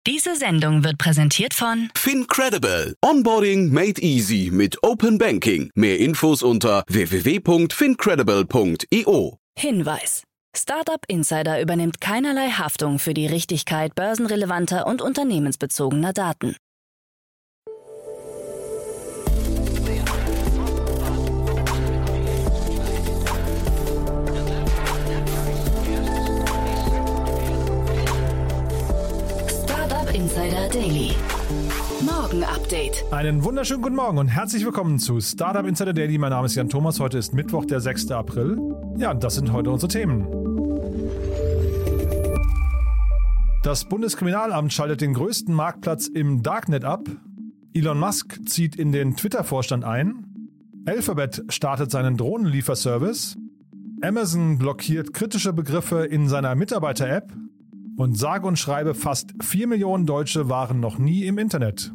Diese Sendung wird präsentiert von FinCredible. Onboarding made easy mit Open Banking. Mehr Infos unter www.fincredible.io. Hinweis. Startup Insider übernimmt keinerlei Haftung für die Richtigkeit börsenrelevanter und unternehmensbezogener Daten. Startup Insider Daily. Morgen Update. Einen wunderschönen guten Morgen und herzlich willkommen zu Startup Insider Daily. Mein Name ist Jan Thomas. Heute ist Mittwoch, der 6. April. Ja, und das sind heute unsere Themen. Das Bundeskriminalamt schaltet den größten Marktplatz im Darknet ab. Elon Musk zieht in den Twitter-Vorstand ein. Alphabet startet seinen Drohnenlieferservice. Amazon blockiert kritische Begriffe in seiner Mitarbeiter-App. Und sage und schreibe, fast 4 Millionen Deutsche waren noch nie im Internet.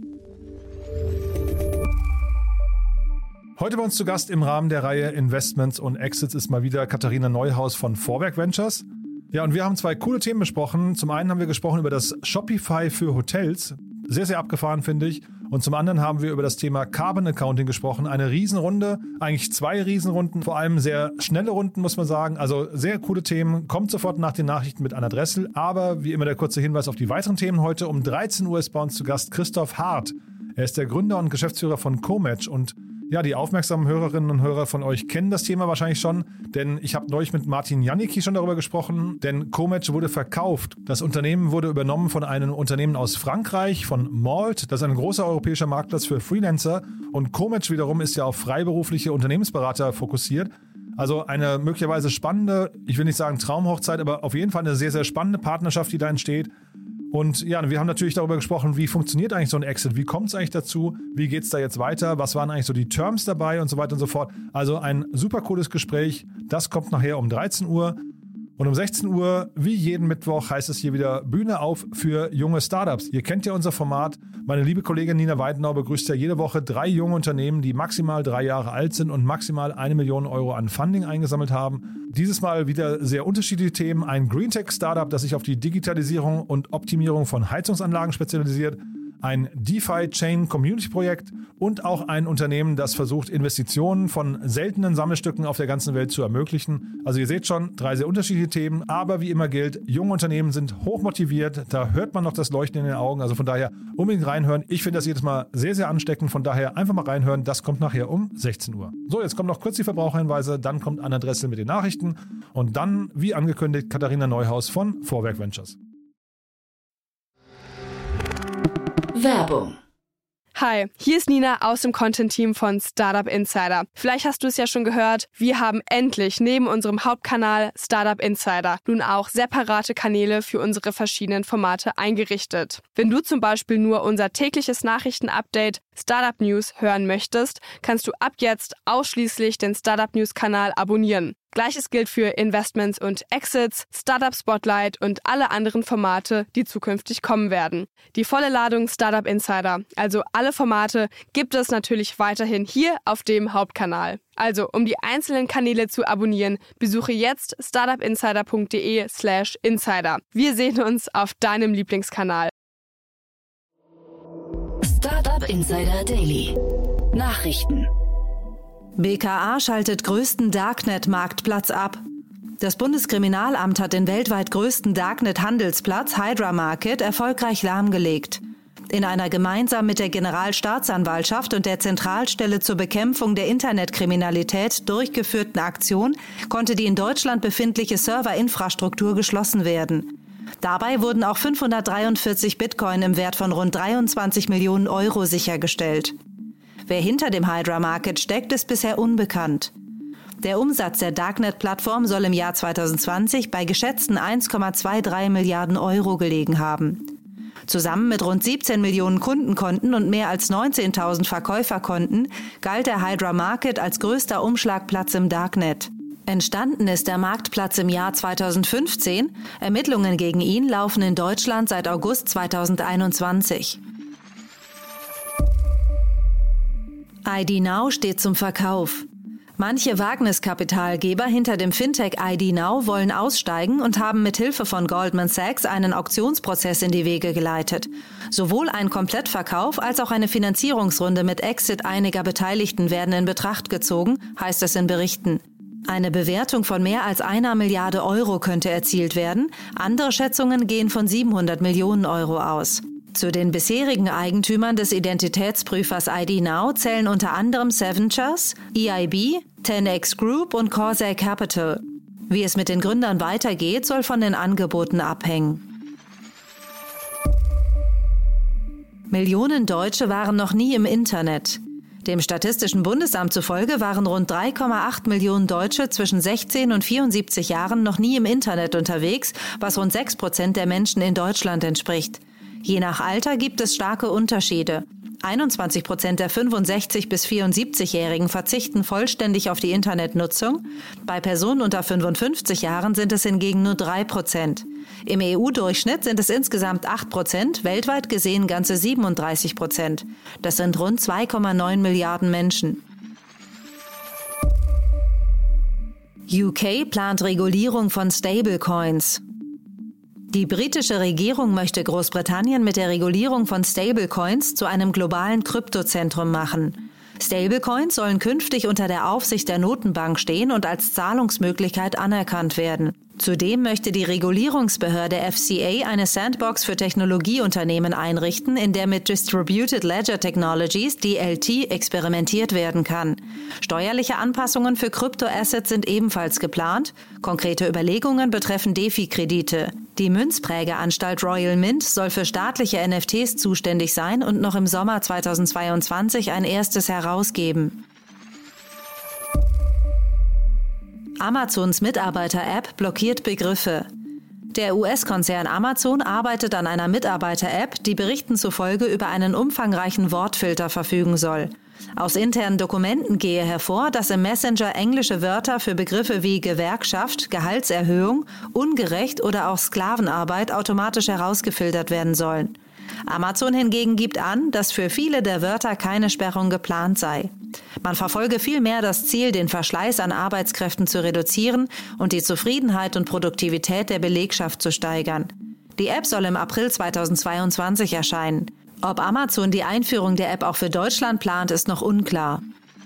Heute bei uns zu Gast im Rahmen der Reihe Investments und Exits ist mal wieder Katharina Neuhaus von Vorwerk Ventures. Ja, und wir haben zwei coole Themen besprochen. Zum einen haben wir gesprochen über das Shopify für Hotels. Sehr, sehr abgefahren, finde ich. Und zum anderen haben wir über das Thema Carbon Accounting gesprochen. Eine Riesenrunde, eigentlich zwei Riesenrunden, vor allem sehr schnelle Runden, muss man sagen. Also sehr coole Themen. Kommt sofort nach den Nachrichten mit Anna Dressel. Aber wie immer der kurze Hinweis auf die weiteren Themen heute. Um 13 Uhr ist bei uns zu Gast Christoph Hart. Er ist der Gründer und Geschäftsführer von Comatch. Und ja, die aufmerksamen Hörerinnen und Hörer von euch kennen das Thema wahrscheinlich schon, denn ich habe neulich mit Martin Janicki schon darüber gesprochen, denn Comatch wurde verkauft. Das Unternehmen wurde übernommen von einem Unternehmen aus Frankreich, von Malt. Das ist ein großer europäischer Marktplatz für Freelancer und Comatch wiederum ist ja auf freiberufliche Unternehmensberater fokussiert. Also eine möglicherweise spannende, ich will nicht sagen Traumhochzeit, aber auf jeden Fall eine sehr, sehr spannende Partnerschaft, die da entsteht. Und ja, wir haben natürlich darüber gesprochen, wie funktioniert eigentlich so ein Exit, wie kommt es eigentlich dazu, wie geht es da jetzt weiter, was waren eigentlich so die Terms dabei und so weiter und so fort. Also ein super cooles Gespräch, das kommt nachher um 13 Uhr. Und um 16 Uhr, wie jeden Mittwoch, heißt es hier wieder Bühne auf für junge Startups. Ihr kennt ja unser Format. Meine liebe Kollegin Nina Weidenau begrüßt ja jede Woche 3 junge Unternehmen, die maximal 3 Jahre alt sind und maximal 1 Million Euro an Funding eingesammelt haben. Dieses Mal wieder sehr unterschiedliche Themen. Ein Greentech-Startup, das sich auf die Digitalisierung und Optimierung von Heizungsanlagen spezialisiert. Ein DeFi-Chain-Community-Projekt und auch ein Unternehmen, das versucht, Investitionen von seltenen Sammelstücken auf der ganzen Welt zu ermöglichen. Also ihr seht schon, 3 sehr unterschiedliche Themen, aber wie immer gilt, junge Unternehmen sind hochmotiviert, da hört man noch das Leuchten in den Augen, also von daher unbedingt reinhören. Ich finde das jedes Mal sehr, sehr ansteckend, von daher einfach mal reinhören, das kommt nachher um 16 Uhr. So, jetzt kommen noch kurz die Verbraucherhinweise, dann kommt Anna Dressel mit den Nachrichten und dann, wie angekündigt, Katharina Neuhaus von Vorwerk Ventures. Werbung. Hi, hier ist Nina aus dem Content-Team von Startup Insider. Vielleicht hast du es ja schon gehört, wir haben endlich neben unserem Hauptkanal Startup Insider nun auch separate Kanäle für unsere verschiedenen Formate eingerichtet. Wenn du zum Beispiel nur unser tägliches Nachrichtenupdate Startup News hören möchtest, kannst du ab jetzt ausschließlich den Startup News-Kanal abonnieren. Gleiches gilt für Investments und Exits, Startup Spotlight und alle anderen Formate, die zukünftig kommen werden. Die volle Ladung Startup Insider, also alle Formate, gibt es natürlich weiterhin hier auf dem Hauptkanal. Also, um die einzelnen Kanäle zu abonnieren, besuche jetzt startupinsider.de/insider. Wir sehen uns auf deinem Lieblingskanal. Startup Insider Daily. Nachrichten. BKA schaltet größten Darknet-Marktplatz ab. Das Bundeskriminalamt hat den weltweit größten Darknet-Handelsplatz Hydra Market erfolgreich lahmgelegt. In einer gemeinsam mit der Generalstaatsanwaltschaft und der Zentralstelle zur Bekämpfung der Internetkriminalität durchgeführten Aktion konnte die in Deutschland befindliche Serverinfrastruktur geschlossen werden. Dabei wurden auch 543 Bitcoin im Wert von rund 23 Millionen Euro sichergestellt. Wer hinter dem Hydra Market steckt, ist bisher unbekannt. Der Umsatz der Darknet-Plattform soll im Jahr 2020 bei geschätzten 1,23 Milliarden Euro gelegen haben. Zusammen mit rund 17 Millionen Kundenkonten und mehr als 19.000 Verkäuferkonten galt der Hydra Market als größter Umschlagplatz im Darknet. Entstanden ist der Marktplatz im Jahr 2015. Ermittlungen gegen ihn laufen in Deutschland seit August 2021. ID Now steht zum Verkauf. Manche Wagniskapitalgeber hinter dem Fintech ID Now wollen aussteigen und haben mit Hilfe von Goldman Sachs einen Auktionsprozess in die Wege geleitet. Sowohl ein Komplettverkauf als auch eine Finanzierungsrunde mit Exit einiger Beteiligten werden in Betracht gezogen, heißt es in Berichten. Eine Bewertung von mehr als 1 Milliarde Euro könnte erzielt werden. Andere Schätzungen gehen von 700 Millionen Euro aus. Zu den bisherigen Eigentümern des Identitätsprüfers ID Now zählen unter anderem Sevenchers, EIB, 10X Group und Corsair Capital. Wie es mit den Gründern weitergeht, soll von den Angeboten abhängen. Millionen Deutsche waren noch nie im Internet. Dem Statistischen Bundesamt zufolge waren rund 3,8 Millionen Deutsche zwischen 16 und 74 Jahren noch nie im Internet unterwegs, was rund 6% der Menschen in Deutschland entspricht. Je nach Alter gibt es starke Unterschiede. 21% der 65- bis 74-Jährigen verzichten vollständig auf die Internetnutzung. Bei Personen unter 55 Jahren sind es hingegen nur 3%. Im EU-Durchschnitt sind es insgesamt 8%, weltweit gesehen ganze 37%. Das sind rund 2,9 Milliarden Menschen. UK plant Regulierung von Stablecoins. Die britische Regierung möchte Großbritannien mit der Regulierung von Stablecoins zu einem globalen Kryptozentrum machen. Stablecoins sollen künftig unter der Aufsicht der Notenbank stehen und als Zahlungsmöglichkeit anerkannt werden. Zudem möchte die Regulierungsbehörde FCA eine Sandbox für Technologieunternehmen einrichten, in der mit Distributed Ledger Technologies, DLT, experimentiert werden kann. Steuerliche Anpassungen für Kryptoassets sind ebenfalls geplant. Konkrete Überlegungen betreffen DeFi-Kredite. Die Münzprägeanstalt Royal Mint soll für staatliche NFTs zuständig sein und noch im Sommer 2022 ein erstes herausgeben. Amazons Mitarbeiter-App blockiert Begriffe. Der US-Konzern Amazon arbeitet an einer Mitarbeiter-App, die Berichten zufolge über einen umfangreichen Wortfilter verfügen soll. Aus internen Dokumenten gehe hervor, dass im Messenger englische Wörter für Begriffe wie Gewerkschaft, Gehaltserhöhung, ungerecht oder auch Sklavenarbeit automatisch herausgefiltert werden sollen. Amazon hingegen gibt an, dass für viele der Wörter keine Sperrung geplant sei. Man verfolge vielmehr das Ziel, den Verschleiß an Arbeitskräften zu reduzieren und die Zufriedenheit und Produktivität der Belegschaft zu steigern. Die App soll im April 2022 erscheinen. Ob Amazon die Einführung der App auch für Deutschland plant, ist noch unklar.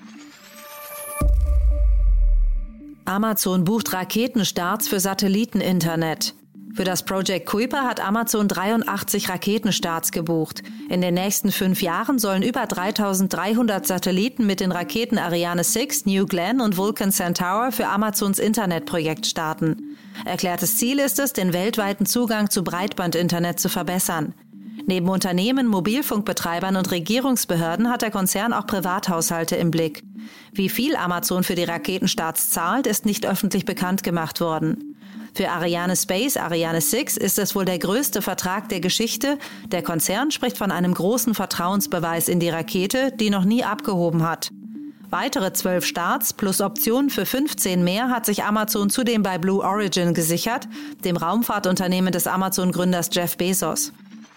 Amazon bucht Raketenstarts für Satelliteninternet. Für das Project Kuiper hat Amazon 83 Raketenstarts gebucht. In den nächsten 5 Jahren sollen über 3300 Satelliten mit den Raketen Ariane 6, New Glenn und Vulcan Centaur für Amazons Internetprojekt starten. Erklärtes Ziel ist es, den weltweiten Zugang zu Breitbandinternet zu verbessern. Neben Unternehmen, Mobilfunkbetreibern und Regierungsbehörden hat der Konzern auch Privathaushalte im Blick. Wie viel Amazon für die Raketenstarts zahlt, ist nicht öffentlich bekannt gemacht worden. Für Ariane Space, Ariane 6 ist es wohl der größte Vertrag der Geschichte. Der Konzern spricht von einem großen Vertrauensbeweis in die Rakete, die noch nie abgehoben hat. Weitere 12 Starts plus Optionen für 15 mehr hat sich Amazon zudem bei Blue Origin gesichert, dem Raumfahrtunternehmen des Amazon-Gründers Jeff Bezos.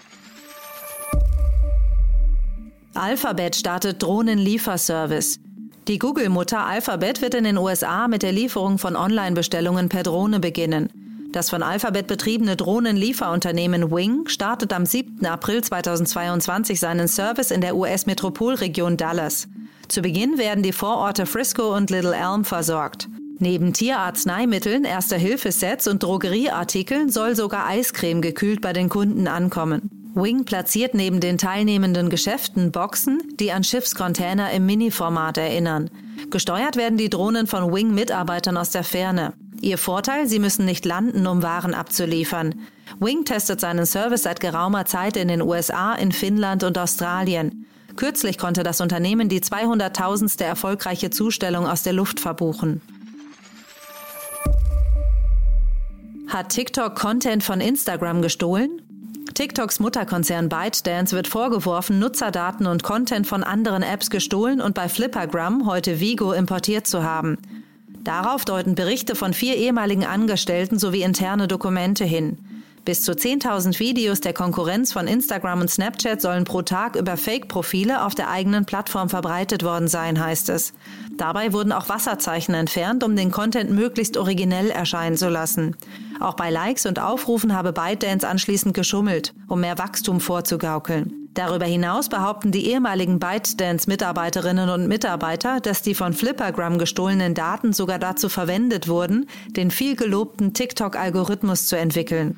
Alphabet startet Drohnenlieferservice. Die Google-Mutter Alphabet wird in den USA mit der Lieferung von Online-Bestellungen per Drohne beginnen. Das von Alphabet betriebene Drohnenlieferunternehmen Wing startet am 7. April 2022 seinen Service in der US-Metropolregion Dallas. Zu Beginn werden die Vororte Frisco und Little Elm versorgt. Neben Tierarzneimitteln, Erste-Hilfe-Sets und Drogerieartikeln soll sogar Eiscreme gekühlt bei den Kunden ankommen. Wing platziert neben den teilnehmenden Geschäften Boxen, die an Schiffscontainer im Mini-Format erinnern. Gesteuert werden die Drohnen von Wing-Mitarbeitern aus der Ferne. Ihr Vorteil, sie müssen nicht landen, um Waren abzuliefern. Wing testet seinen Service seit geraumer Zeit in den USA, in Finnland und Australien. Kürzlich konnte das Unternehmen die 200.000. erfolgreiche Zustellung aus der Luft verbuchen. Hat TikTok Content von Instagram gestohlen? TikToks Mutterkonzern ByteDance wird vorgeworfen, Nutzerdaten und Content von anderen Apps gestohlen und bei Flippergram, heute Vigo, importiert zu haben. Darauf deuten Berichte von 4 ehemaligen Angestellten sowie interne Dokumente hin. Bis zu 10.000 Videos der Konkurrenz von Instagram und Snapchat sollen pro Tag über Fake-Profile auf der eigenen Plattform verbreitet worden sein, heißt es. Dabei wurden auch Wasserzeichen entfernt, um den Content möglichst originell erscheinen zu lassen. Auch bei Likes und Aufrufen habe ByteDance anschließend geschummelt, um mehr Wachstum vorzugaukeln. Darüber hinaus behaupten die ehemaligen ByteDance-Mitarbeiterinnen und Mitarbeiter, dass die von Flippergram gestohlenen Daten sogar dazu verwendet wurden, den viel gelobten TikTok-Algorithmus zu entwickeln.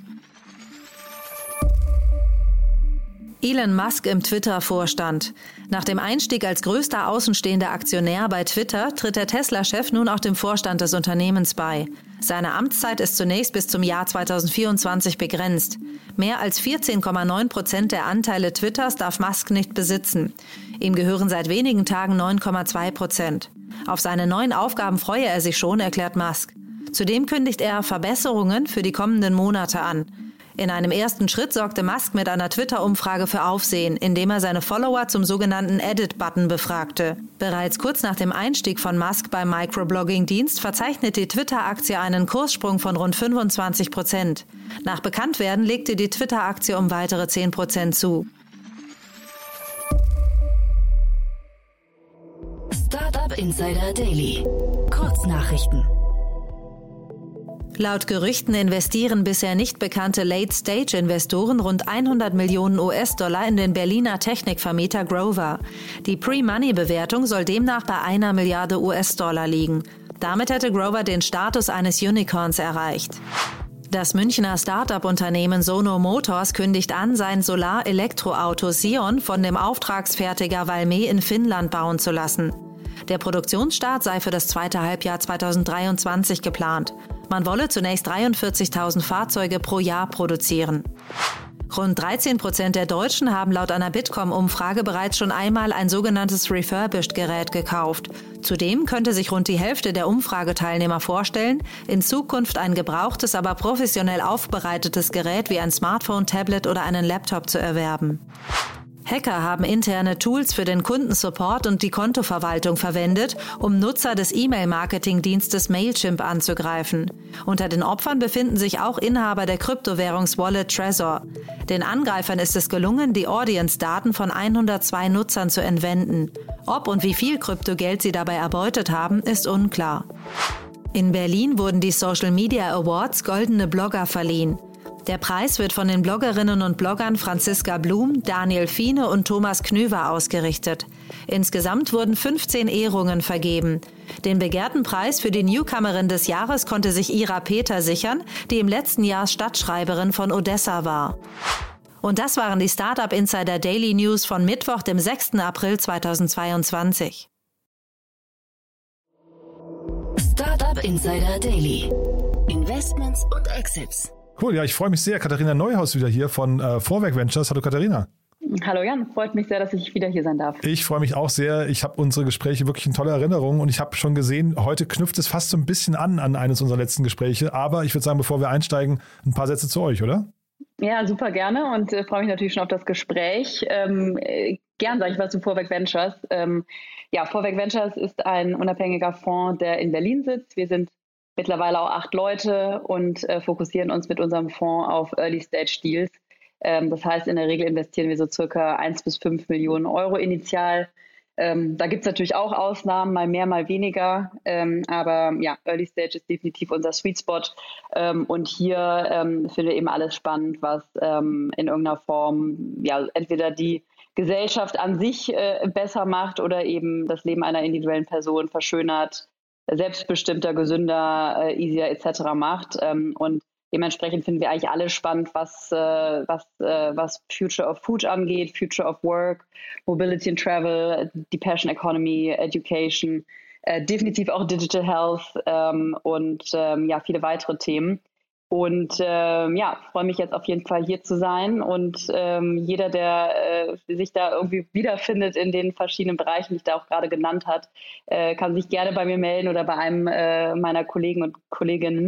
Elon Musk im Twitter-Vorstand. Nach dem Einstieg als größter außenstehender Aktionär bei Twitter tritt der Tesla-Chef nun auch dem Vorstand des Unternehmens bei. Seine Amtszeit ist zunächst bis zum Jahr 2024 begrenzt. Mehr als 14,9% der Anteile Twitters darf Musk nicht besitzen. Ihm gehören seit wenigen Tagen 9,2%. Auf seine neuen Aufgaben freue er sich schon, erklärt Musk. Zudem kündigt er Verbesserungen für die kommenden Monate an. In einem ersten Schritt sorgte Musk mit einer Twitter-Umfrage für Aufsehen, indem er seine Follower zum sogenannten Edit-Button befragte. Bereits kurz nach dem Einstieg von Musk beim Microblogging-Dienst verzeichnet die Twitter-Aktie einen Kurssprung von rund 25%. Nach Bekanntwerden legte die Twitter-Aktie um weitere 10% zu. Startup Insider Daily. Kurznachrichten. Laut Gerüchten investieren bisher nicht bekannte Late-Stage-Investoren rund 100 Millionen US-Dollar in den Berliner Technikvermieter Grover. Die Pre-Money-Bewertung soll demnach bei 1 Milliarde US-Dollar liegen. Damit hätte Grover den Status eines Unicorns erreicht. Das Münchner Start-up-Unternehmen Sono Motors kündigt an, sein Solar-Elektroauto Sion von dem Auftragsfertiger Valmet in Finnland bauen zu lassen. Der Produktionsstart sei für das zweite Halbjahr 2023 geplant. Man wolle zunächst 43.000 Fahrzeuge pro Jahr produzieren. Rund 13% der Deutschen haben laut einer Bitkom-Umfrage bereits schon einmal ein sogenanntes Refurbished-Gerät gekauft. Zudem könnte sich rund die Hälfte der Umfrageteilnehmer vorstellen, in Zukunft ein gebrauchtes, aber professionell aufbereitetes Gerät wie ein Smartphone, Tablet oder einen Laptop zu erwerben. Hacker haben interne Tools für den Kundensupport und die Kontoverwaltung verwendet, um Nutzer des E-Mail-Marketing-Dienstes Mailchimp anzugreifen. Unter den Opfern befinden sich auch Inhaber der Kryptowährungswallet Trezor. Den Angreifern ist es gelungen, die Audience-Daten von 102 Nutzern zu entwenden. Ob und wie viel Kryptogeld sie dabei erbeutet haben, ist unklar. In Berlin wurden die Social Media Awards Goldene Blogger verliehen. Der Preis wird von den Bloggerinnen und Bloggern Franziska Blum, Daniel Fiene und Thomas Knüver ausgerichtet. Insgesamt wurden 15 Ehrungen vergeben. Den begehrten Preis für die Newcomerin des Jahres konnte sich Ira Peter sichern, die im letzten Jahr Stadtschreiberin von Odessa war. Und das waren die Startup Insider Daily News von Mittwoch, dem 6. April 2022. Startup Insider Daily. Investments und Exits. Cool, ja, ich freue mich sehr. Katharina Neuhaus wieder hier von Vorwerk Ventures. Hallo Katharina. Hallo Jan, freut mich sehr, dass ich wieder hier sein darf. Ich freue mich auch sehr. Ich habe unsere Gespräche wirklich in toller Erinnerung und ich habe schon gesehen, heute knüpft es fast so ein bisschen an eines unserer letzten Gespräche. Aber ich würde sagen, bevor wir einsteigen, ein paar Sätze zu euch, oder? Ja, super gerne und freue mich natürlich schon auf das Gespräch. Gern sage ich was zu Vorwerk Ventures. Vorwerk Ventures ist ein unabhängiger Fonds, der in Berlin sitzt. Wir sind mittlerweile auch 8 Leute und fokussieren uns mit unserem Fonds auf Early-Stage-Deals. Das heißt, in der Regel investieren wir so circa 1 bis 5 Millionen Euro initial. Da gibt es natürlich auch Ausnahmen, mal mehr, mal weniger. Aber ja, Early-Stage ist definitiv unser Sweet Spot. Und hier finden wir eben alles spannend, was in irgendeiner Form ja entweder die Gesellschaft an sich besser macht oder eben das Leben einer individuellen Person verschönert, selbstbestimmter, gesünder, easier etc. macht. Und dementsprechend finden wir eigentlich alles spannend, was Future of Food angeht, Future of Work, Mobility and Travel, die Passion Economy, Education, definitiv auch Digital Health und viele weitere Themen. Und freue mich jetzt auf jeden Fall hier zu sein und jeder, der sich da irgendwie wiederfindet in den verschiedenen Bereichen, die ich da auch gerade genannt hat, kann sich gerne bei mir melden oder bei einem meiner Kollegen und Kolleginnen.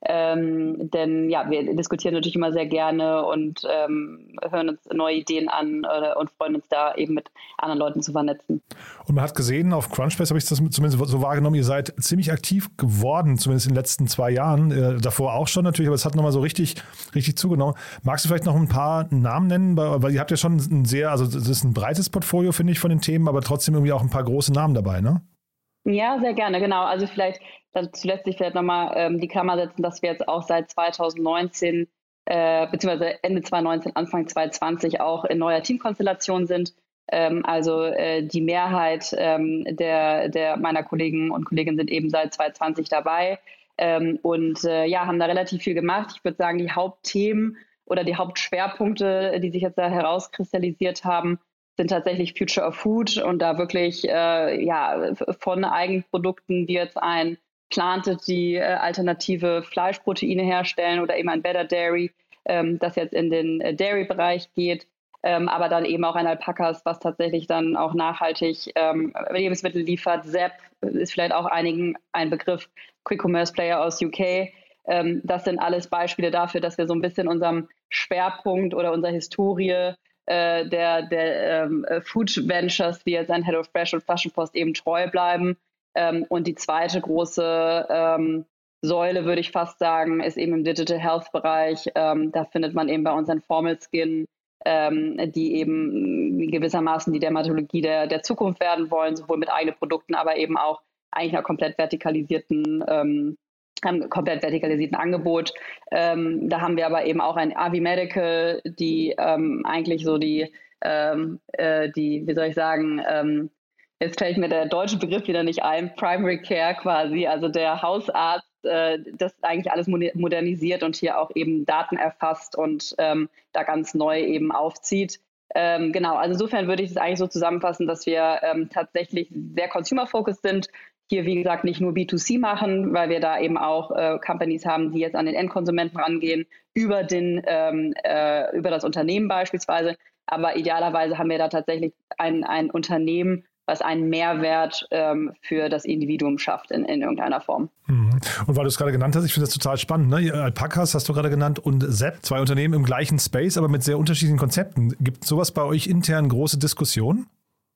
Denn ja, wir diskutieren natürlich immer sehr gerne und hören uns neue Ideen an und freuen uns da eben mit anderen Leuten zu vernetzen. Und man hat gesehen, auf Crunchbase habe ich das zumindest so wahrgenommen, ihr seid ziemlich aktiv geworden, zumindest in den letzten 2 Jahren. Davor auch schon natürlich, aber es hat nochmal so richtig zugenommen. Magst du vielleicht noch ein paar Namen nennen? Weil ihr habt ja schon ein das ist ein breites Portfolio, finde ich, von den Themen, aber trotzdem irgendwie auch ein paar große Namen dabei, ne? Ja, sehr gerne, genau. Also vielleicht zuletzt vielleicht nochmal die Klammer setzen, dass wir jetzt auch seit 2019 beziehungsweise Ende 2019, Anfang 2020 auch in neuer Teamkonstellation sind. Die Mehrheit der meiner Kollegen und Kolleginnen sind eben seit 2020 dabei haben da relativ viel gemacht. Ich würde sagen, die Hauptthemen oder die Hauptschwerpunkte, die sich jetzt da herauskristallisiert haben, sind tatsächlich Future of Food und da wirklich von Eigenprodukten wie jetzt ein Planted, die alternative Fleischproteine herstellen oder eben ein Better Dairy, das jetzt in den Dairy-Bereich geht, aber dann eben auch ein Alpacas, was tatsächlich dann auch nachhaltig Lebensmittel liefert. Zepp ist vielleicht auch einigen ein Begriff, Quick-Commerce-Player aus UK. Das sind alles Beispiele dafür, dass wir so ein bisschen unserem Schwerpunkt oder unserer Historie der Food Ventures, wie jetzt ein HelloFresh und Flaschenpost, eben treu bleiben. Und die zweite große Säule, würde ich fast sagen, ist eben im Digital Health Bereich. Da findet man eben bei unseren Formal Skin, die eben gewissermaßen die Dermatologie der Zukunft werden wollen, sowohl mit eigenen Produkten, aber eben auch eigentlich einer komplett vertikalisierten Angebot. Da haben wir aber eben auch ein Avi Medical, die eigentlich so wie soll ich sagen, jetzt fällt mir der deutsche Begriff wieder nicht ein, Primary Care quasi, also der Hausarzt, das eigentlich alles modernisiert und hier auch eben Daten erfasst und da ganz neu eben aufzieht. Genau, also insofern würde ich es eigentlich so zusammenfassen, dass wir tatsächlich sehr consumer-focused sind. Hier, wie gesagt, nicht nur B2C machen, weil wir da eben auch Companies haben, die jetzt an den Endkonsumenten rangehen, über das Unternehmen beispielsweise. Aber idealerweise haben wir da tatsächlich ein Unternehmen, was einen Mehrwert für das Individuum schafft in irgendeiner Form. Und weil du es gerade genannt hast, ich finde das total spannend, ne? Alpacas hast du gerade genannt und Zepp, 2 Unternehmen im gleichen Space, aber mit sehr unterschiedlichen Konzepten. Gibt es sowas bei euch intern große Diskussionen?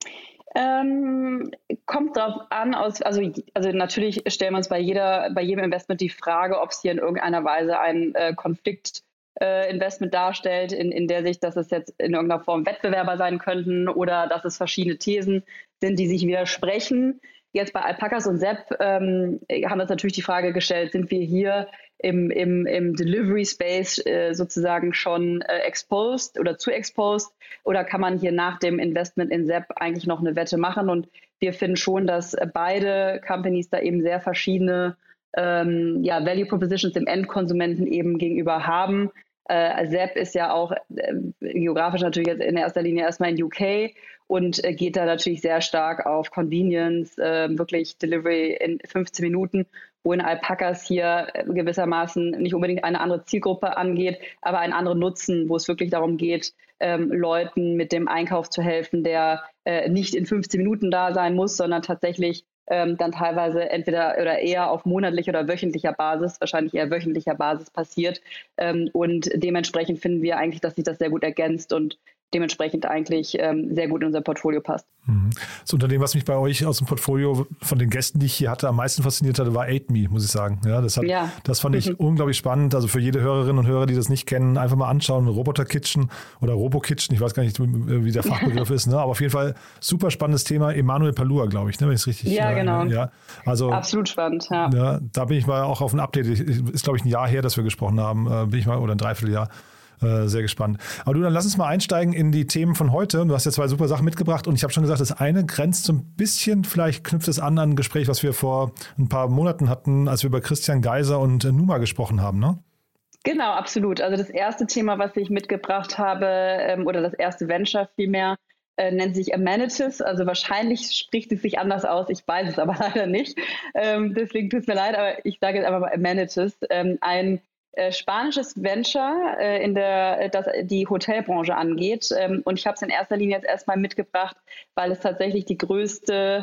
Kommt drauf an, also natürlich stellen wir uns bei jedem Investment die Frage, ob es hier in irgendeiner Weise ein Konfliktinvestment darstellt, in der Sicht, dass es jetzt in irgendeiner Form Wettbewerber sein könnten oder dass es verschiedene Thesen sind, die sich widersprechen. Jetzt bei Alpacas und Zepp haben wir uns natürlich die Frage gestellt, sind wir hier im Delivery Space sozusagen schon exposed oder zu exposed oder kann man hier nach dem Investment in Zepp eigentlich noch eine Wette machen? Und wir finden schon, dass beide Companies da eben sehr verschiedene Value Propositions dem Endkonsumenten eben gegenüber haben. Zepp ist ja auch geografisch natürlich jetzt in erster Linie erstmal in UK und geht da natürlich sehr stark auf Convenience, wirklich Delivery in 15 Minuten, wo in Alpacas hier gewissermaßen nicht unbedingt eine andere Zielgruppe angeht, aber einen anderen Nutzen, wo es wirklich darum geht, Leuten mit dem Einkauf zu helfen, der nicht in 15 Minuten da sein muss, sondern tatsächlich dann teilweise entweder oder eher auf monatlicher oder wöchentlicher Basis, wahrscheinlich eher wöchentlicher Basis passiert. Und dementsprechend finden wir eigentlich, dass sich das sehr gut ergänzt und dementsprechend eigentlich sehr gut in unser Portfolio passt. Das Unternehmen, was mich bei euch aus dem Portfolio von den Gästen, die ich hier hatte, am meisten fasziniert hatte, war Ate.me, muss ich sagen. Ja, das fand ich unglaublich spannend. Also für jede Hörerinnen und Hörer, die das nicht kennen, einfach mal anschauen. Roboter Kitchen oder Robo-Kitchen, ich weiß gar nicht, wie der Fachbegriff ist, ne? Aber auf jeden Fall super spannendes Thema. Emanuel Palua, glaube ich, ne? Wenn ich es richtig... Ja, genau. Ja, also, absolut spannend, ja. Ja. Da bin ich mal auch auf ein Update. Ist, glaube ich, ein Jahr her, dass wir gesprochen haben. Bin ich mal, oder ein Dreivierteljahr. Sehr gespannt. Aber du, dann lass uns mal einsteigen in die Themen von heute. Du hast ja 2 super Sachen mitgebracht und ich habe schon gesagt, das eine grenzt so ein bisschen, vielleicht knüpft es an ein Gespräch, was wir vor ein paar Monaten hatten, als wir über Christian Geiser und Numa gesprochen haben, ne? Genau, absolut. Also das erste Thema, was ich mitgebracht habe, oder das erste Venture vielmehr, nennt sich Amenities. Also wahrscheinlich spricht es sich anders aus, ich weiß es aber leider nicht. Deswegen tut es mir leid, aber ich sage jetzt einfach mal Amenities. Ein spanisches Venture, das die Hotelbranche angeht. Und ich habe es in erster Linie jetzt erstmal mitgebracht, weil es tatsächlich die größte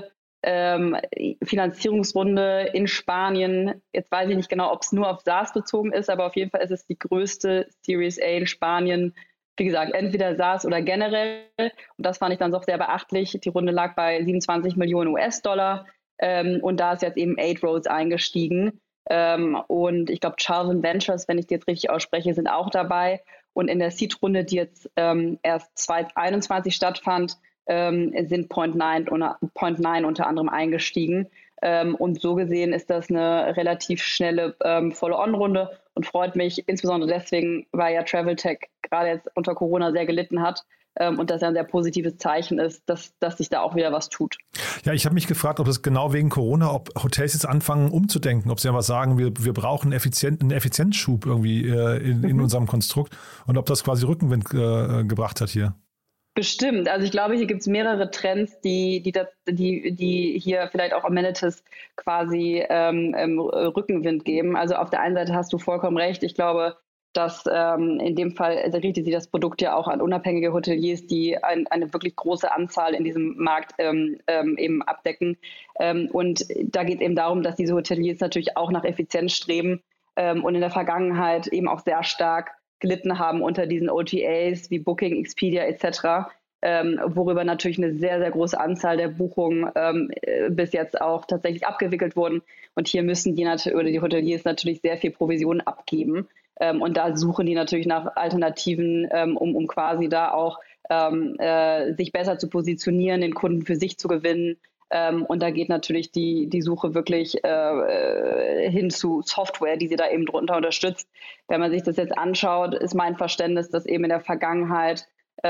Finanzierungsrunde in Spanien. Jetzt weiß ich nicht genau, ob es nur auf SaaS bezogen ist, aber auf jeden Fall ist es die größte Series A in Spanien. Wie gesagt, entweder SaaS oder generell. Und das fand ich dann doch sehr beachtlich. Die Runde lag bei 27 Millionen US-Dollar. Und da ist jetzt eben 8 Roads eingestiegen. Und ich glaube, Charlton Ventures, wenn ich die jetzt richtig ausspreche, sind auch dabei. Und in der Seed-Runde, die jetzt erst 2021 stattfand, sind Point 9 unter anderem eingestiegen. Und so gesehen ist das eine relativ schnelle Follow-on-Runde und freut mich insbesondere deswegen, weil ja Travel Tech gerade jetzt unter Corona sehr gelitten hat. Und das ja ein sehr positives Zeichen ist, dass sich da auch wieder was tut. Ja, ich habe mich gefragt, ob es genau wegen Corona, ob Hotels jetzt anfangen umzudenken, ob sie einfach sagen, wir brauchen einen Effizienzschub irgendwie in unserem Konstrukt und ob das quasi Rückenwind gebracht hat hier. Bestimmt. Also ich glaube, hier gibt es mehrere Trends, die hier vielleicht auch Amenities quasi Rückenwind geben. Also auf der einen Seite hast du vollkommen recht. Ich glaube, dass in dem Fall richtet sich das Produkt ja auch an unabhängige Hoteliers, die eine wirklich große Anzahl in diesem Markt eben abdecken. Und da geht es eben darum, dass diese Hoteliers natürlich auch nach Effizienz streben und in der Vergangenheit eben auch sehr stark gelitten haben unter diesen OTAs wie Booking, Expedia etc., worüber natürlich eine sehr, sehr große Anzahl der Buchungen bis jetzt auch tatsächlich abgewickelt wurden. Und hier müssen die Hoteliers natürlich sehr viel Provision abgeben. Und da suchen die natürlich nach Alternativen, um quasi da auch sich besser zu positionieren, den Kunden für sich zu gewinnen. Und da geht natürlich die Suche wirklich hin zu Software, die sie da eben drunter unterstützt. Wenn man sich das jetzt anschaut, ist mein Verständnis, dass eben in der Vergangenheit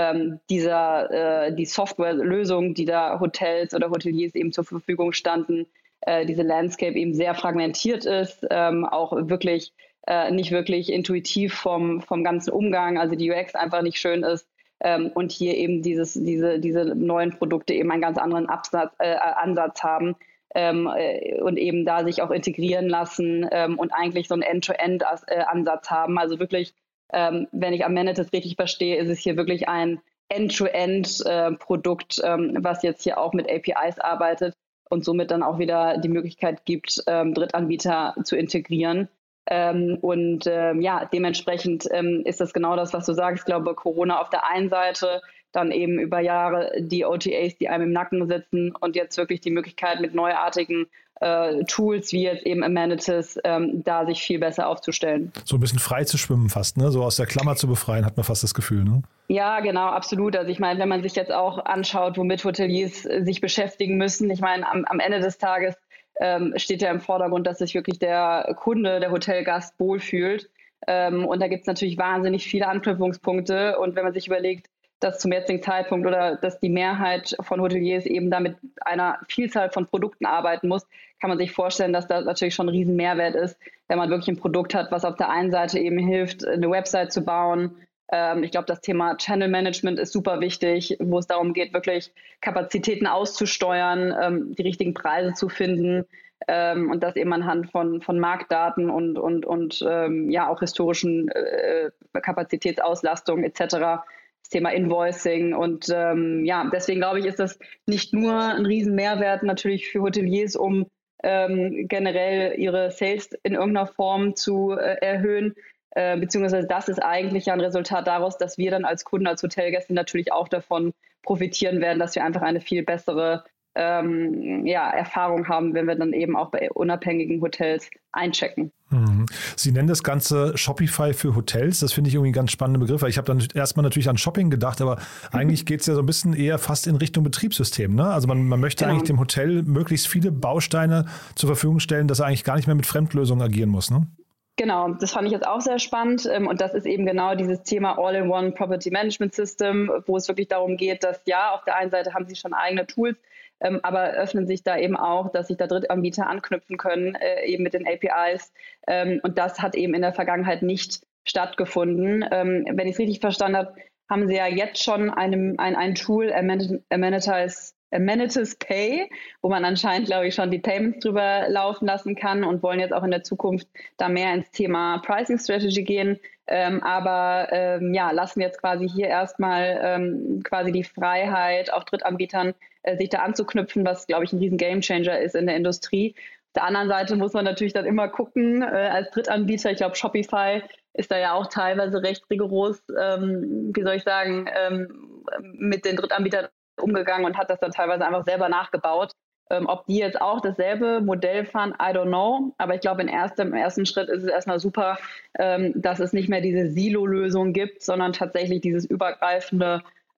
die Softwarelösungen, die da Hotels oder Hoteliers eben zur Verfügung standen, diese Landscape eben sehr fragmentiert ist, auch wirklich nicht wirklich intuitiv vom ganzen Umgang, also die UX einfach nicht schön ist. Und hier eben diese neuen Produkte eben einen ganz anderen Ansatz haben und eben da sich auch integrieren lassen und eigentlich so einen End-to-End-Ansatz haben. Also wirklich, wenn ich Amenities richtig verstehe, ist es hier wirklich ein End-to-End-Produkt, was jetzt hier auch mit APIs arbeitet und somit dann auch wieder die Möglichkeit gibt, Drittanbieter zu integrieren. Dementsprechend ist das genau das, was du sagst. Ich glaube, Corona auf der einen Seite, dann eben über Jahre die OTAs, die einem im Nacken sitzen und jetzt wirklich die Möglichkeit mit neuartigen Tools wie jetzt eben Amenities, da sich viel besser aufzustellen. So ein bisschen frei zu schwimmen fast, ne? So aus der Klammer zu befreien, hat man fast das Gefühl, ne? Ja, genau, absolut. Also ich meine, wenn man sich jetzt auch anschaut, womit Hoteliers sich beschäftigen müssen, ich meine, am Ende des Tages steht ja im Vordergrund, dass sich wirklich der Kunde, der Hotelgast wohlfühlt. Und da gibt es natürlich wahnsinnig viele Anknüpfungspunkte. Und wenn man sich überlegt, dass zum jetzigen Zeitpunkt oder dass die Mehrheit von Hoteliers eben da mit einer Vielzahl von Produkten arbeiten muss, kann man sich vorstellen, dass das natürlich schon ein riesen Mehrwert ist, wenn man wirklich ein Produkt hat, was auf der einen Seite eben hilft, eine Website zu bauen. Ich glaube, das Thema Channel Management ist super wichtig, wo es darum geht, wirklich Kapazitäten auszusteuern, die richtigen Preise zu finden und das eben anhand von Marktdaten und auch historischen Kapazitätsauslastung etc. Das Thema Invoicing und deswegen glaube ich, ist das nicht nur ein riesen Mehrwert natürlich für Hoteliers, um generell ihre Sales in irgendeiner Form zu erhöhen, beziehungsweise das ist eigentlich ja ein Resultat daraus, dass wir dann als Kunden, als Hotelgäste natürlich auch davon profitieren werden, dass wir einfach eine viel bessere Erfahrung haben, wenn wir dann eben auch bei unabhängigen Hotels einchecken. Sie nennen das Ganze Shopify für Hotels. Das finde ich irgendwie ein ganz spannender Begriff. Ich habe dann erstmal natürlich an Shopping gedacht, aber eigentlich geht es ja so ein bisschen eher fast in Richtung Betriebssystem, ne? Also man möchte eigentlich dem Hotel möglichst viele Bausteine zur Verfügung stellen, dass er eigentlich gar nicht mehr mit Fremdlösungen agieren muss, ne? Genau, das fand ich jetzt auch sehr spannend und das ist eben genau dieses Thema All-in-One Property Management System, wo es wirklich darum geht, dass auf der einen Seite haben sie schon eigene Tools, aber öffnen sich da eben auch, dass sich da Drittanbieter anknüpfen können, eben mit den APIs und das hat eben in der Vergangenheit nicht stattgefunden. Wenn ich es richtig verstanden habe, haben sie ja jetzt schon ein Tool, Amenities Amenities Pay, wo man anscheinend, glaube ich, schon die Payments drüber laufen lassen kann und wollen jetzt auch in der Zukunft da mehr ins Thema Pricing Strategy gehen. Lassen jetzt quasi hier erstmal quasi die Freiheit, auch Drittanbietern sich da anzuknüpfen, was, glaube ich, ein riesen Gamechanger ist in der Industrie. Auf der anderen Seite muss man natürlich dann immer gucken, als Drittanbieter, ich glaube, Shopify ist da ja auch teilweise recht rigoros, mit den Drittanbietern umgegangen und hat das dann teilweise einfach selber nachgebaut. Ob die jetzt auch dasselbe Modell fahren, I don't know. Aber ich glaube, im ersten Schritt ist es erstmal super, dass es nicht mehr diese Silo-Lösung gibt, sondern tatsächlich dieses übergreifende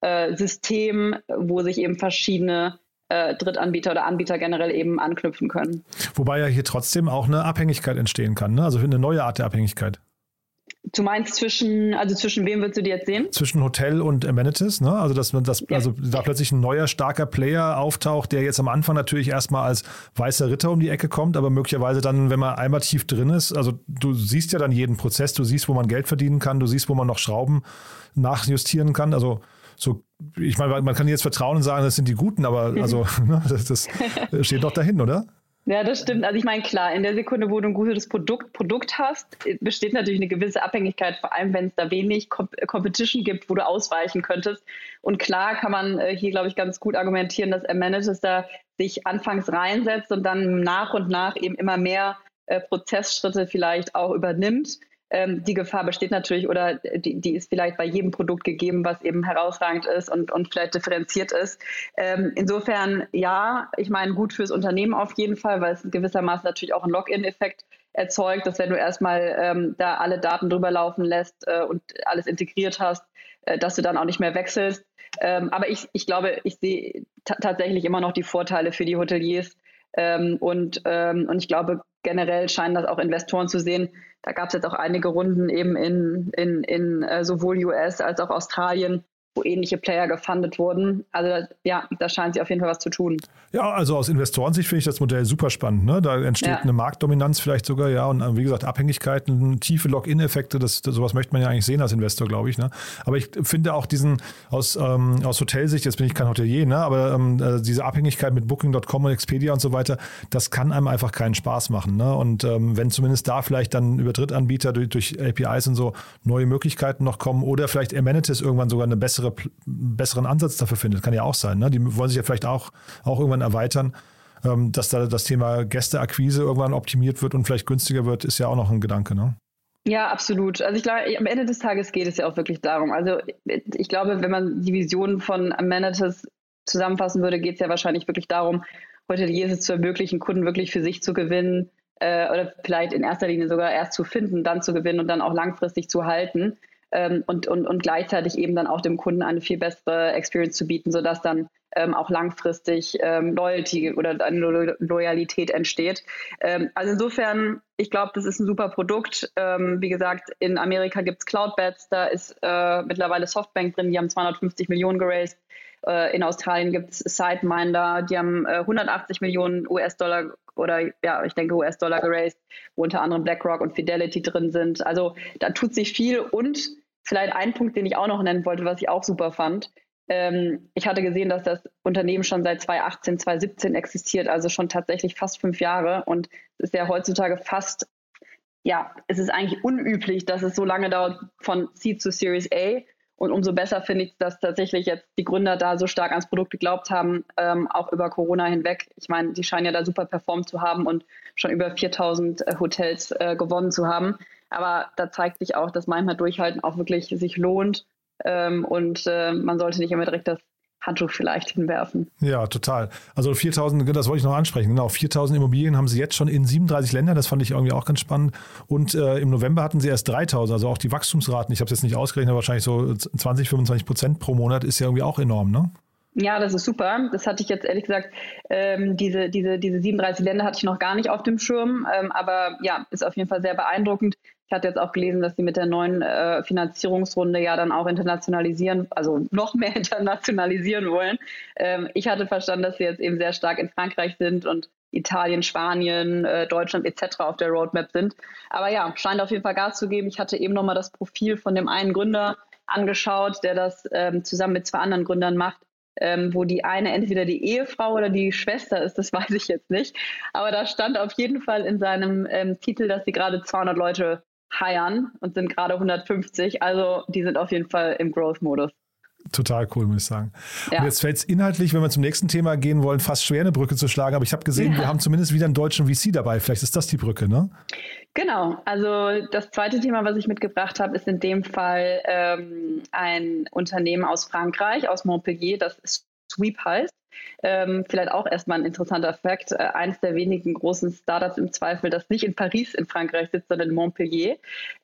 System, wo sich eben verschiedene Drittanbieter oder Anbieter generell eben anknüpfen können. Wobei ja hier trotzdem auch eine Abhängigkeit entstehen kann, ne? Also eine neue Art der Abhängigkeit. Du meinst zwischen wem würdest du die jetzt sehen? Zwischen Hotel und Amenities, ne? Also da plötzlich ein neuer, starker Player auftaucht, der jetzt am Anfang natürlich erstmal als weißer Ritter um die Ecke kommt, aber möglicherweise dann, wenn man einmal tief drin ist, also du siehst ja dann jeden Prozess, du siehst, wo man Geld verdienen kann, du siehst, wo man noch Schrauben nachjustieren kann, also so, ich meine, man kann jetzt vertrauen und sagen, das sind die Guten, aber also das steht doch dahin, oder? Ja, das stimmt. Also ich meine, klar, in der Sekunde, wo du ein gutes Produkt hast, besteht natürlich eine gewisse Abhängigkeit, vor allem wenn es da wenig Competition gibt, wo du ausweichen könntest. Und klar kann man hier, glaube ich, ganz gut argumentieren, dass Amenities da sich anfangs reinsetzt und dann nach und nach eben immer mehr Prozessschritte vielleicht auch übernimmt. Die Gefahr besteht natürlich oder die ist vielleicht bei jedem Produkt gegeben, was eben herausragend ist und vielleicht differenziert ist. Insofern, ja, ich meine, gut fürs Unternehmen auf jeden Fall, weil es gewissermaßen natürlich auch einen Login-Effekt erzeugt, dass wenn du erstmal da alle Daten drüber laufen lässt und alles integriert hast, dass du dann auch nicht mehr wechselst. Aber ich glaube, ich sehe tatsächlich immer noch die Vorteile für die Hoteliers. Und ich glaube, generell scheinen das auch Investoren zu sehen. Da gab es jetzt auch einige Runden eben in sowohl US als auch Australien, wo ähnliche Player gefundet wurden. Also da scheint sich auf jeden Fall was zu tun. Ja, also aus Investorensicht finde ich das Modell super spannend. Ne? Da entsteht eine Marktdominanz vielleicht sogar, ja, und wie gesagt, Abhängigkeiten, tiefe Login-Effekte, sowas möchte man ja eigentlich sehen als Investor, glaube ich. Ne? Aber ich finde auch diesen, aus Hotelsicht, jetzt bin ich kein Hotelier, ne? Aber diese Abhängigkeit mit Booking.com und Expedia und so weiter, das kann einem einfach keinen Spaß machen. Ne? Und wenn zumindest da vielleicht dann über Drittanbieter durch APIs und so neue Möglichkeiten noch kommen oder vielleicht Amenities irgendwann sogar eine besseren Ansatz dafür findet. Kann ja auch sein. Ne? Die wollen sich ja vielleicht auch irgendwann erweitern, dass da das Thema Gästeakquise irgendwann optimiert wird und vielleicht günstiger wird, ist ja auch noch ein Gedanke. Ne? Ja, absolut. Also ich glaube, am Ende des Tages geht es ja auch wirklich darum. Also ich glaube, wenn man die Vision von Amenities zusammenfassen würde, geht es ja wahrscheinlich wirklich darum, Hoteliers es zu ermöglichen, Kunden wirklich für sich zu gewinnen oder vielleicht in erster Linie sogar erst zu finden, dann zu gewinnen und dann auch langfristig zu halten. Und gleichzeitig eben dann auch dem Kunden eine viel bessere Experience zu bieten, sodass dann auch langfristig Loyalty oder eine Loyalität entsteht. Also insofern, ich glaube, das ist ein super Produkt. Wie gesagt, in Amerika gibt es Cloudbeds, da ist mittlerweile Softbank drin, die haben 250 Millionen geraced. In Australien gibt es SiteMinder, die haben 180 Millionen US-Dollar oder ja, ich denke US-Dollar geraced, wo unter anderem BlackRock und Fidelity drin sind. Also da tut sich viel und vielleicht ein Punkt, den ich auch noch nennen wollte, was ich auch super fand. Ich hatte gesehen, dass das Unternehmen schon seit 2018, 2017 existiert, also schon tatsächlich fast 5 Jahre und es ist ja heutzutage es ist eigentlich unüblich, dass es so lange dauert von Seed zu Series A. Und umso besser finde ich, dass tatsächlich jetzt die Gründer da so stark ans Produkt geglaubt haben, auch über Corona hinweg. Ich meine, die scheinen ja da super performt zu haben und schon über 4000 Hotels gewonnen zu haben. Aber da zeigt sich auch, dass manchmal Durchhalten auch wirklich sich lohnt. Und man sollte nicht immer direkt das Handtuch vielleicht hinwerfen. Ja, total. Also 4.000, das wollte ich noch ansprechen. Genau, 4.000 Immobilien haben sie jetzt schon in 37 Ländern. Das fand ich irgendwie auch ganz spannend. Und im November hatten sie erst 3.000. Also auch die Wachstumsraten, ich habe es jetzt nicht ausgerechnet, aber wahrscheinlich so 20-25% pro Monat ist ja irgendwie auch enorm, ne? Ja, das ist super. Das hatte ich jetzt ehrlich gesagt, diese 37 Länder hatte ich noch gar nicht auf dem Schirm. Aber ja, ist auf jeden Fall sehr beeindruckend. Ich hatte jetzt auch gelesen, dass sie mit der neuen Finanzierungsrunde ja dann auch internationalisieren, also noch mehr internationalisieren wollen. Ich hatte verstanden, dass sie jetzt eben sehr stark in Frankreich sind und Italien, Spanien, Deutschland etc. auf der Roadmap sind. Aber ja, scheint auf jeden Fall Gas zu geben. Ich hatte eben nochmal das Profil von dem einen Gründer angeschaut, der das zusammen mit 2 anderen Gründern macht. wo die eine entweder die Ehefrau oder die Schwester ist, das weiß ich jetzt nicht. Aber da stand auf jeden Fall in seinem Titel, dass sie gerade 200 Leute hiren und sind gerade 150. Also die sind auf jeden Fall im Growth-Modus. Total cool, muss ich sagen. Ja. Und jetzt fällt es inhaltlich, wenn wir zum nächsten Thema gehen wollen, fast schwer, eine Brücke zu schlagen. Aber ich habe gesehen, wir haben zumindest wieder einen deutschen VC dabei. Vielleicht ist das die Brücke, ne? Genau. Also das zweite Thema, was ich mitgebracht habe, ist in dem Fall ein Unternehmen aus Frankreich, aus Montpellier, das Sweep heißt. Vielleicht auch erstmal ein interessanter Fakt. Eines der wenigen großen Startups im Zweifel, das nicht in Paris in Frankreich sitzt, sondern in Montpellier.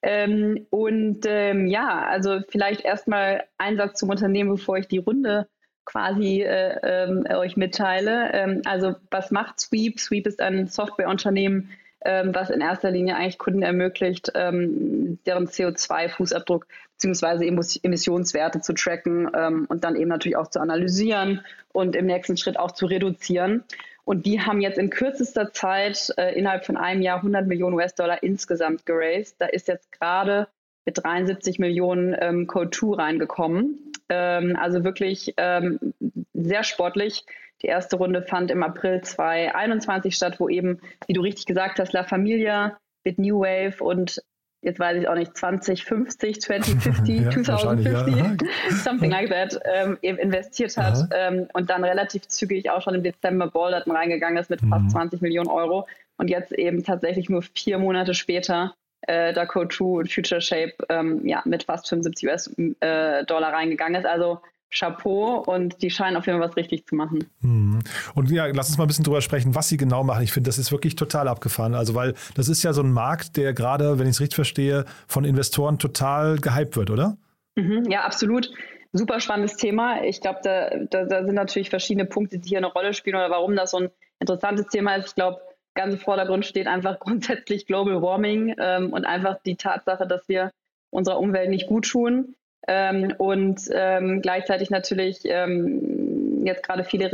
Also vielleicht erstmal ein Satz zum Unternehmen, bevor ich die Runde quasi euch mitteile. Also was macht Sweep? Sweep ist ein Softwareunternehmen, was in erster Linie eigentlich Kunden ermöglicht, deren CO2-Fußabdruck bzw. Emissionswerte zu tracken und dann eben natürlich auch zu analysieren und im nächsten Schritt auch zu reduzieren. Und die haben jetzt in kürzester Zeit innerhalb von einem Jahr 100 Millionen US-Dollar insgesamt geraced. Da ist jetzt gerade mit 73 Millionen Code2 reingekommen. Also wirklich sehr sportlich. Die erste Runde fand im April 2021 statt, wo eben, wie du richtig gesagt hast, La Familia mit New Wave und jetzt weiß ich auch nicht, 2050, 2050, something like that, eben investiert hat und dann relativ zügig auch schon im Dezember Balderton reingegangen ist mit fast 20 Millionen Euro und jetzt eben tatsächlich nur 4 Monate später da Code2 und Future Shape mit fast 75 US-Dollar reingegangen ist. Also Chapeau und die scheinen auf jeden Fall was richtig zu machen. Und ja, lass uns mal ein bisschen drüber sprechen, was sie genau machen. Ich finde, das ist wirklich total abgefahren. Also, weil das ist ja so ein Markt, der gerade, wenn ich es richtig verstehe, von Investoren total gehypt wird, oder? Ja, absolut. Super spannendes Thema. Ich glaube, da sind natürlich verschiedene Punkte, die hier eine Rolle spielen oder warum das so ein interessantes Thema ist. Ich glaube, ganz im Vordergrund steht einfach grundsätzlich Global Warming und einfach die Tatsache, dass wir unserer Umwelt nicht gut tun. Gleichzeitig natürlich jetzt gerade viele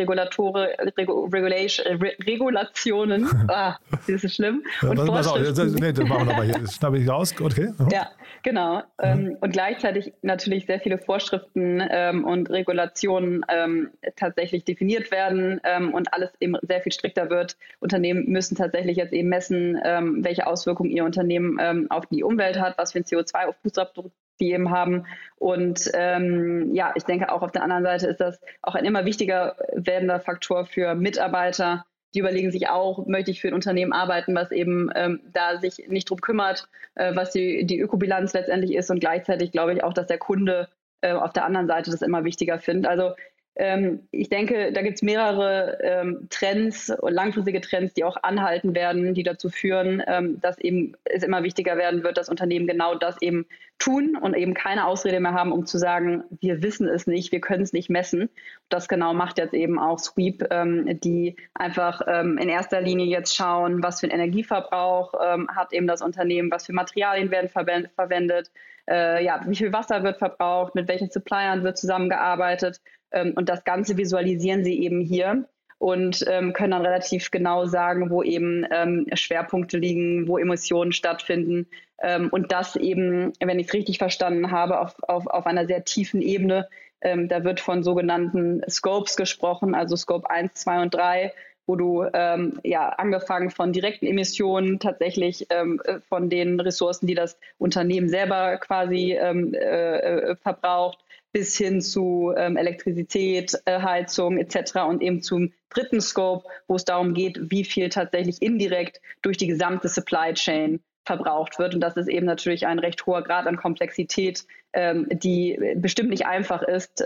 Regulationen. Das ist schlimm. Und Vorschriften. Das machen wir nochmal hier. Das schnappe ich raus. Okay. Ja, genau. Und gleichzeitig natürlich sehr viele Vorschriften und Regulationen tatsächlich definiert werden und alles eben sehr viel strikter wird. Unternehmen müssen tatsächlich jetzt eben messen, welche Auswirkungen ihr Unternehmen auf die Umwelt hat, was für ein CO2-Fußabdruck die eben haben. Und ich denke auch auf der anderen Seite ist das auch ein immer wichtiger werdender Faktor für Mitarbeiter. Die überlegen sich auch, möchte ich für ein Unternehmen arbeiten, was eben da sich nicht drum kümmert, was die Ökobilanz letztendlich ist. Und gleichzeitig glaube ich auch, dass der Kunde auf der anderen Seite das immer wichtiger findet. Also ich denke, da gibt es mehrere Trends, langfristige Trends, die auch anhalten werden, die dazu führen, dass eben es immer wichtiger werden wird, dass Unternehmen genau das eben tun und eben keine Ausrede mehr haben, um zu sagen, wir wissen es nicht, wir können es nicht messen. Das genau macht jetzt eben auch Sweep, die einfach in erster Linie jetzt schauen, was für einen Energieverbrauch hat eben das Unternehmen, was für Materialien werden verwendet, wie viel Wasser wird verbraucht, mit welchen Suppliern wird zusammengearbeitet. Und das Ganze visualisieren sie eben hier und können dann relativ genau sagen, wo eben Schwerpunkte liegen, wo Emissionen stattfinden. Und das eben, wenn ich es richtig verstanden habe, auf einer sehr tiefen Ebene. Da wird von sogenannten Scopes gesprochen, also Scope 1, 2 und 3, wo du angefangen von direkten Emissionen tatsächlich von den Ressourcen, die das Unternehmen selber quasi verbraucht, bis hin zu Elektrizität, Heizung etc. und eben zum dritten Scope, wo es darum geht, wie viel tatsächlich indirekt durch die gesamte Supply Chain verbraucht wird. Und das ist eben natürlich ein recht hoher Grad an Komplexität, die bestimmt nicht einfach ist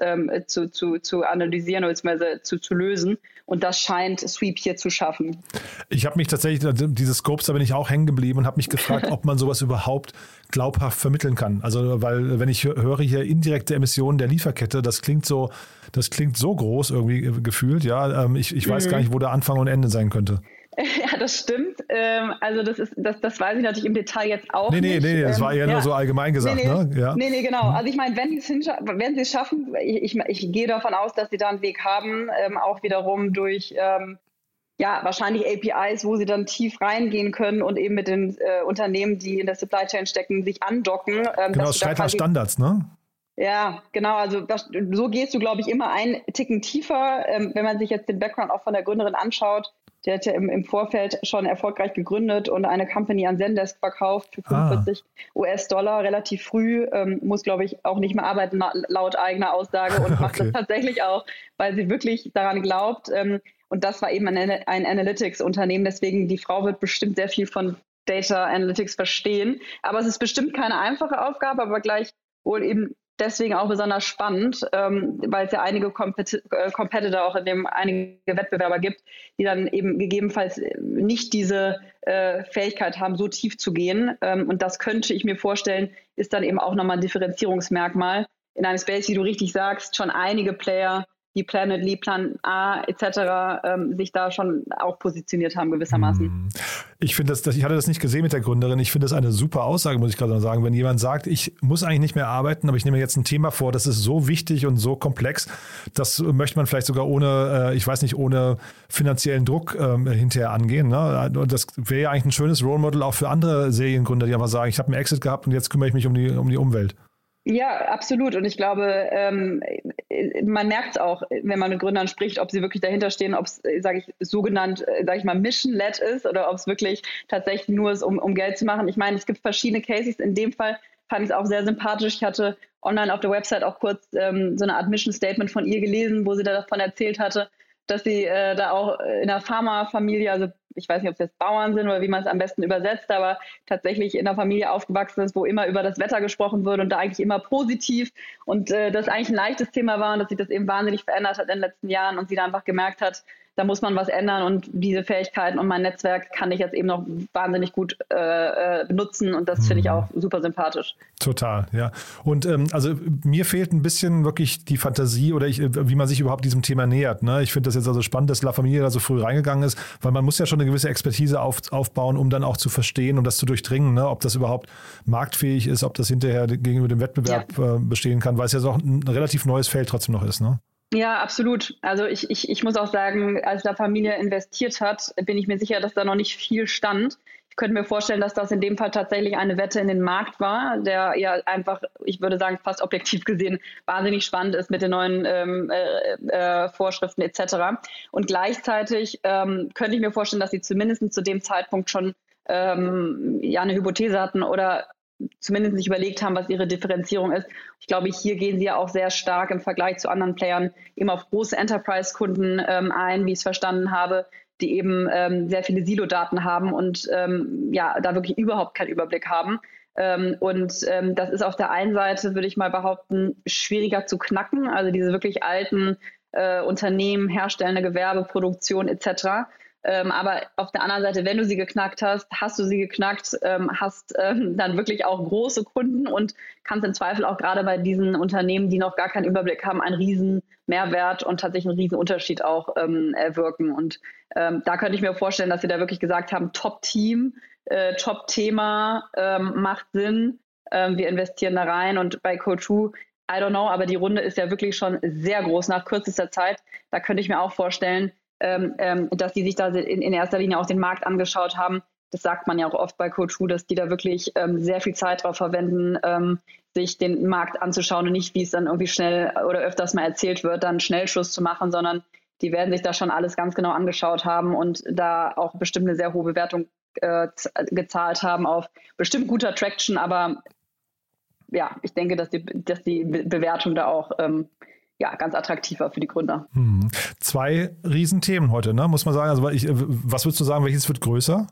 zu analysieren bzw. zu lösen. Und das scheint Sweep hier zu schaffen. Ich habe mich tatsächlich, diese Scopes, da bin ich auch hängen geblieben und habe mich gefragt, ob man sowas überhaupt glaubhaft vermitteln kann. Also, weil wenn ich höre hier indirekte Emissionen der Lieferkette, das klingt so groß irgendwie gefühlt. Ja, ich weiß gar nicht, wo der Anfang und Ende sein könnte. Ja, das stimmt. Also das weiß ich natürlich im Detail jetzt auch nicht. Nee, das war eher nur so allgemein gesagt. Nee, genau. Also ich meine, wenn sie es schaffen, ich gehe davon aus, dass sie da einen Weg haben, auch wiederum durch wahrscheinlich APIs, wo sie dann tief reingehen können und eben mit den Unternehmen, die in der Supply Chain stecken, sich andocken. Genau, Streitler Standards, ne? Ja, genau. Also so gehst du, glaube ich, immer einen Ticken tiefer. Wenn man sich jetzt den Background auch von der Gründerin anschaut, der hat ja im Vorfeld schon erfolgreich gegründet und eine Company an Zendesk verkauft für 45 US-Dollar relativ früh. Muss, glaube ich, auch nicht mehr arbeiten laut eigener Aussage und macht das tatsächlich auch, weil sie wirklich daran glaubt. Und das war eben ein Analytics-Unternehmen. Deswegen, die Frau wird bestimmt sehr viel von Data Analytics verstehen. Aber es ist bestimmt keine einfache Aufgabe, aber gleich wohl eben deswegen auch besonders spannend, weil es ja einige Competitor auch in dem einige Wettbewerber gibt, die dann eben gegebenenfalls nicht diese Fähigkeit haben, so tief zu gehen. Und das könnte ich mir vorstellen, ist dann eben auch nochmal ein Differenzierungsmerkmal. In einem Space, wie du richtig sagst, schon einige Player, die Planetly, Plan A etc. Sich da schon auch positioniert haben gewissermaßen. Ich finde ich hatte das nicht gesehen mit der Gründerin. Ich finde das eine super Aussage, muss ich gerade sagen. Wenn jemand sagt, ich muss eigentlich nicht mehr arbeiten, aber ich nehme jetzt ein Thema vor, das ist so wichtig und so komplex, das möchte man vielleicht sogar ohne finanziellen Druck hinterher angehen. Ne? Und das wäre ja eigentlich ein schönes Role Model auch für andere Seriengründer, die einfach sagen, ich habe einen Exit gehabt und jetzt kümmere ich mich um die Umwelt. Ja, absolut. Und ich glaube, man merkt es auch, wenn man mit Gründern spricht, ob sie wirklich dahinter stehen, ob es, mission-led ist oder ob es wirklich tatsächlich nur ist, um Geld zu machen. Ich meine, es gibt verschiedene Cases. In dem Fall fand ich es auch sehr sympathisch. Ich hatte online auf der Website auch kurz so eine Art Mission-Statement von ihr gelesen, wo sie davon erzählt hatte, dass sie da auch in einer Pharmafamilie, also ich weiß nicht, ob es jetzt Bauern sind oder wie man es am besten übersetzt, aber tatsächlich in einer Familie aufgewachsen ist, wo immer über das Wetter gesprochen wird und da eigentlich immer positiv und das eigentlich ein leichtes Thema war und dass sich das eben wahnsinnig verändert hat in den letzten Jahren und sie da einfach gemerkt hat, da muss man was ändern und diese Fähigkeiten und mein Netzwerk kann ich jetzt eben noch wahnsinnig gut benutzen und das finde ich auch super sympathisch. Total, ja. Und also mir fehlt ein bisschen wirklich die Fantasie oder wie man sich überhaupt diesem Thema nähert. Ne? Ich finde das jetzt also spannend, dass La Familia da so früh reingegangen ist, weil man muss ja schon eine gewisse Expertise aufbauen, um dann auch zu verstehen, um das zu durchdringen, ne? Ob das überhaupt marktfähig ist, ob das hinterher gegenüber dem Wettbewerb bestehen kann, weil es ja so ein relativ neues Feld trotzdem noch ist, ne? Ja, absolut. Also ich muss auch sagen, als La Familia investiert hat, bin ich mir sicher, dass da noch nicht viel stand. Ich könnte mir vorstellen, dass das in dem Fall tatsächlich eine Wette in den Markt war, der ja einfach, ich würde sagen, fast objektiv gesehen wahnsinnig spannend ist mit den neuen Vorschriften etc. Und gleichzeitig könnte ich mir vorstellen, dass sie zumindest zu dem Zeitpunkt schon eine Hypothese hatten oder zumindest sich überlegt haben, was ihre Differenzierung ist. Ich glaube, hier gehen sie ja auch sehr stark im Vergleich zu anderen Playern eben auf große Enterprise-Kunden ein, wie ich es verstanden habe, die eben sehr viele Silo-Daten haben und da wirklich überhaupt keinen Überblick haben. Das ist auf der einen Seite, würde ich mal behaupten, schwieriger zu knacken. Also diese wirklich alten Unternehmen, herstellende Gewerbe, Produktion etc., aber auf der anderen Seite, wenn du sie geknackt hast, hast du sie geknackt, hast dann wirklich auch große Kunden und kannst im Zweifel auch gerade bei diesen Unternehmen, die noch gar keinen Überblick haben, einen riesen Mehrwert und tatsächlich einen riesen Unterschied auch erwirken. Und da könnte ich mir vorstellen, dass sie da wirklich gesagt haben, Top-Team, Top-Thema, macht Sinn, wir investieren da rein. Und bei Coatue, I don't know, aber die Runde ist ja wirklich schon sehr groß nach kürzester Zeit. Da könnte ich mir auch vorstellen, dass die sich da in erster Linie auch den Markt angeschaut haben. Das sagt man ja auch oft bei Coatue, dass die da wirklich sehr viel Zeit drauf verwenden, sich den Markt anzuschauen und nicht, wie es dann irgendwie schnell oder öfters mal erzählt wird, dann Schnellschuss zu machen, sondern die werden sich da schon alles ganz genau angeschaut haben und da auch bestimmt eine sehr hohe Bewertung gezahlt haben auf bestimmt guter Traction, aber ja, ich denke, dass die Bewertung da auch ganz attraktiv war für die Gründer. 2 Riesenthemen heute, ne? Muss man sagen. Also was würdest du sagen, welches wird größer?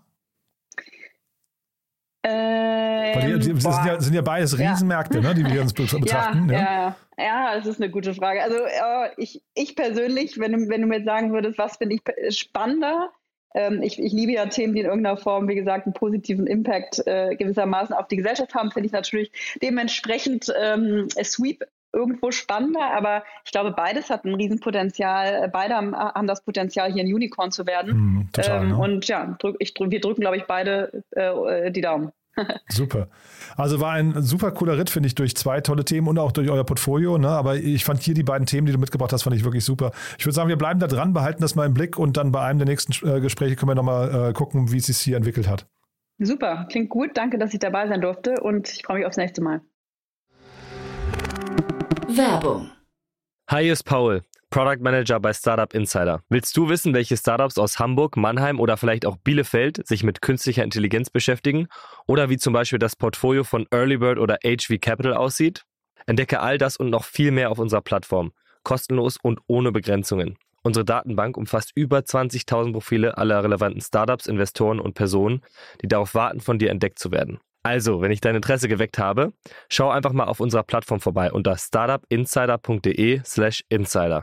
Weil die sind ja beides Riesenmärkte, ne, die wir uns betrachten. Ja, das ist eine gute Frage. Also ich persönlich, wenn du mir jetzt sagen würdest, was finde ich spannender, ich liebe ja Themen, die in irgendeiner Form, wie gesagt, einen positiven Impact gewissermaßen auf die Gesellschaft haben, finde ich natürlich dementsprechend Sweep irgendwo spannender, aber ich glaube, beides hat ein Riesenpotenzial. Beide haben das Potenzial, hier ein Unicorn zu werden. Total, ne? Und ja, wir drücken, glaube ich, beide die Daumen. Super. Also war ein super cooler Ritt, finde ich, durch 2 tolle Themen und auch durch euer Portfolio. Ne? Aber ich fand hier die beiden Themen, die du mitgebracht hast, fand ich wirklich super. Ich würde sagen, wir bleiben da dran, behalten das mal im Blick und dann bei einem der nächsten Gespräche können wir nochmal gucken, wie es sich hier entwickelt hat. Super, klingt gut. Danke, dass ich dabei sein durfte und ich freue mich aufs nächste Mal. Werbung. Hi, hier ist Paul, Product Manager bei Startup Insider. Willst du wissen, welche Startups aus Hamburg, Mannheim oder vielleicht auch Bielefeld sich mit künstlicher Intelligenz beschäftigen? Oder wie zum Beispiel das Portfolio von Earlybird oder HV Capital aussieht? Entdecke all das und noch viel mehr auf unserer Plattform. Kostenlos und ohne Begrenzungen. Unsere Datenbank umfasst über 20.000 Profile aller relevanten Startups, Investoren und Personen, die darauf warten, von dir entdeckt zu werden. Also, wenn ich dein Interesse geweckt habe, schau einfach mal auf unserer Plattform vorbei unter startupinsider.de/insider.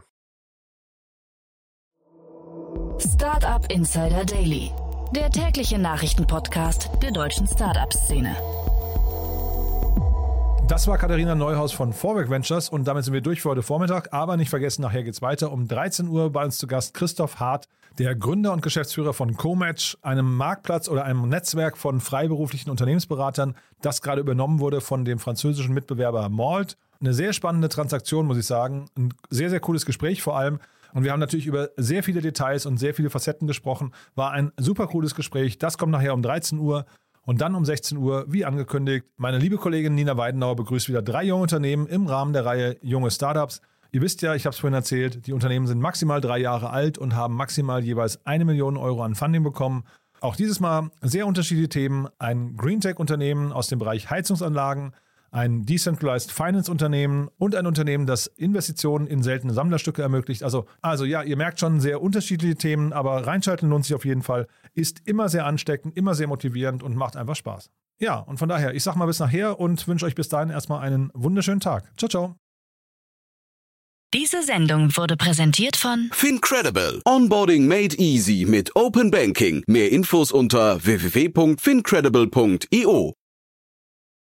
Startup Insider Daily, der tägliche Nachrichtenpodcast der deutschen Startup-Szene. Das war Katharina Neuhaus von Vorwerk Ventures und damit sind wir durch für heute Vormittag. Aber nicht vergessen, nachher geht's weiter. Um 13 Uhr bei uns zu Gast Christoph Hart, der Gründer und Geschäftsführer von CoMatch, einem Marktplatz oder einem Netzwerk von freiberuflichen Unternehmensberatern, das gerade übernommen wurde von dem französischen Mitbewerber Malt. Eine sehr spannende Transaktion, muss ich sagen. Ein sehr, sehr cooles Gespräch vor allem. Und wir haben natürlich über sehr viele Details und sehr viele Facetten gesprochen. War ein super cooles Gespräch. Das kommt nachher um 13 Uhr. Und dann um 16 Uhr, wie angekündigt, meine liebe Kollegin Nina Weidenauer begrüßt wieder 3 junge Unternehmen im Rahmen der Reihe Junge Startups. Ihr wisst ja, ich habe es vorhin erzählt, die Unternehmen sind maximal 3 Jahre alt und haben maximal jeweils 1 Million Euro an Funding bekommen. Auch dieses Mal sehr unterschiedliche Themen. Ein Greentech-Unternehmen aus dem Bereich Heizungsanlagen, ein Decentralized Finance-Unternehmen und ein Unternehmen, das Investitionen in seltene Sammlerstücke ermöglicht. Also ja, ihr merkt schon, sehr unterschiedliche Themen, aber reinschalten lohnt sich auf jeden Fall. Ist immer sehr ansteckend, immer sehr motivierend und macht einfach Spaß. Ja, und von daher, ich sag mal bis nachher und wünsche euch bis dahin erstmal einen wunderschönen Tag. Ciao, ciao. Diese Sendung wurde präsentiert von Fincredible. Onboarding made easy mit Open Banking. Mehr Infos unter www.fincredible.io.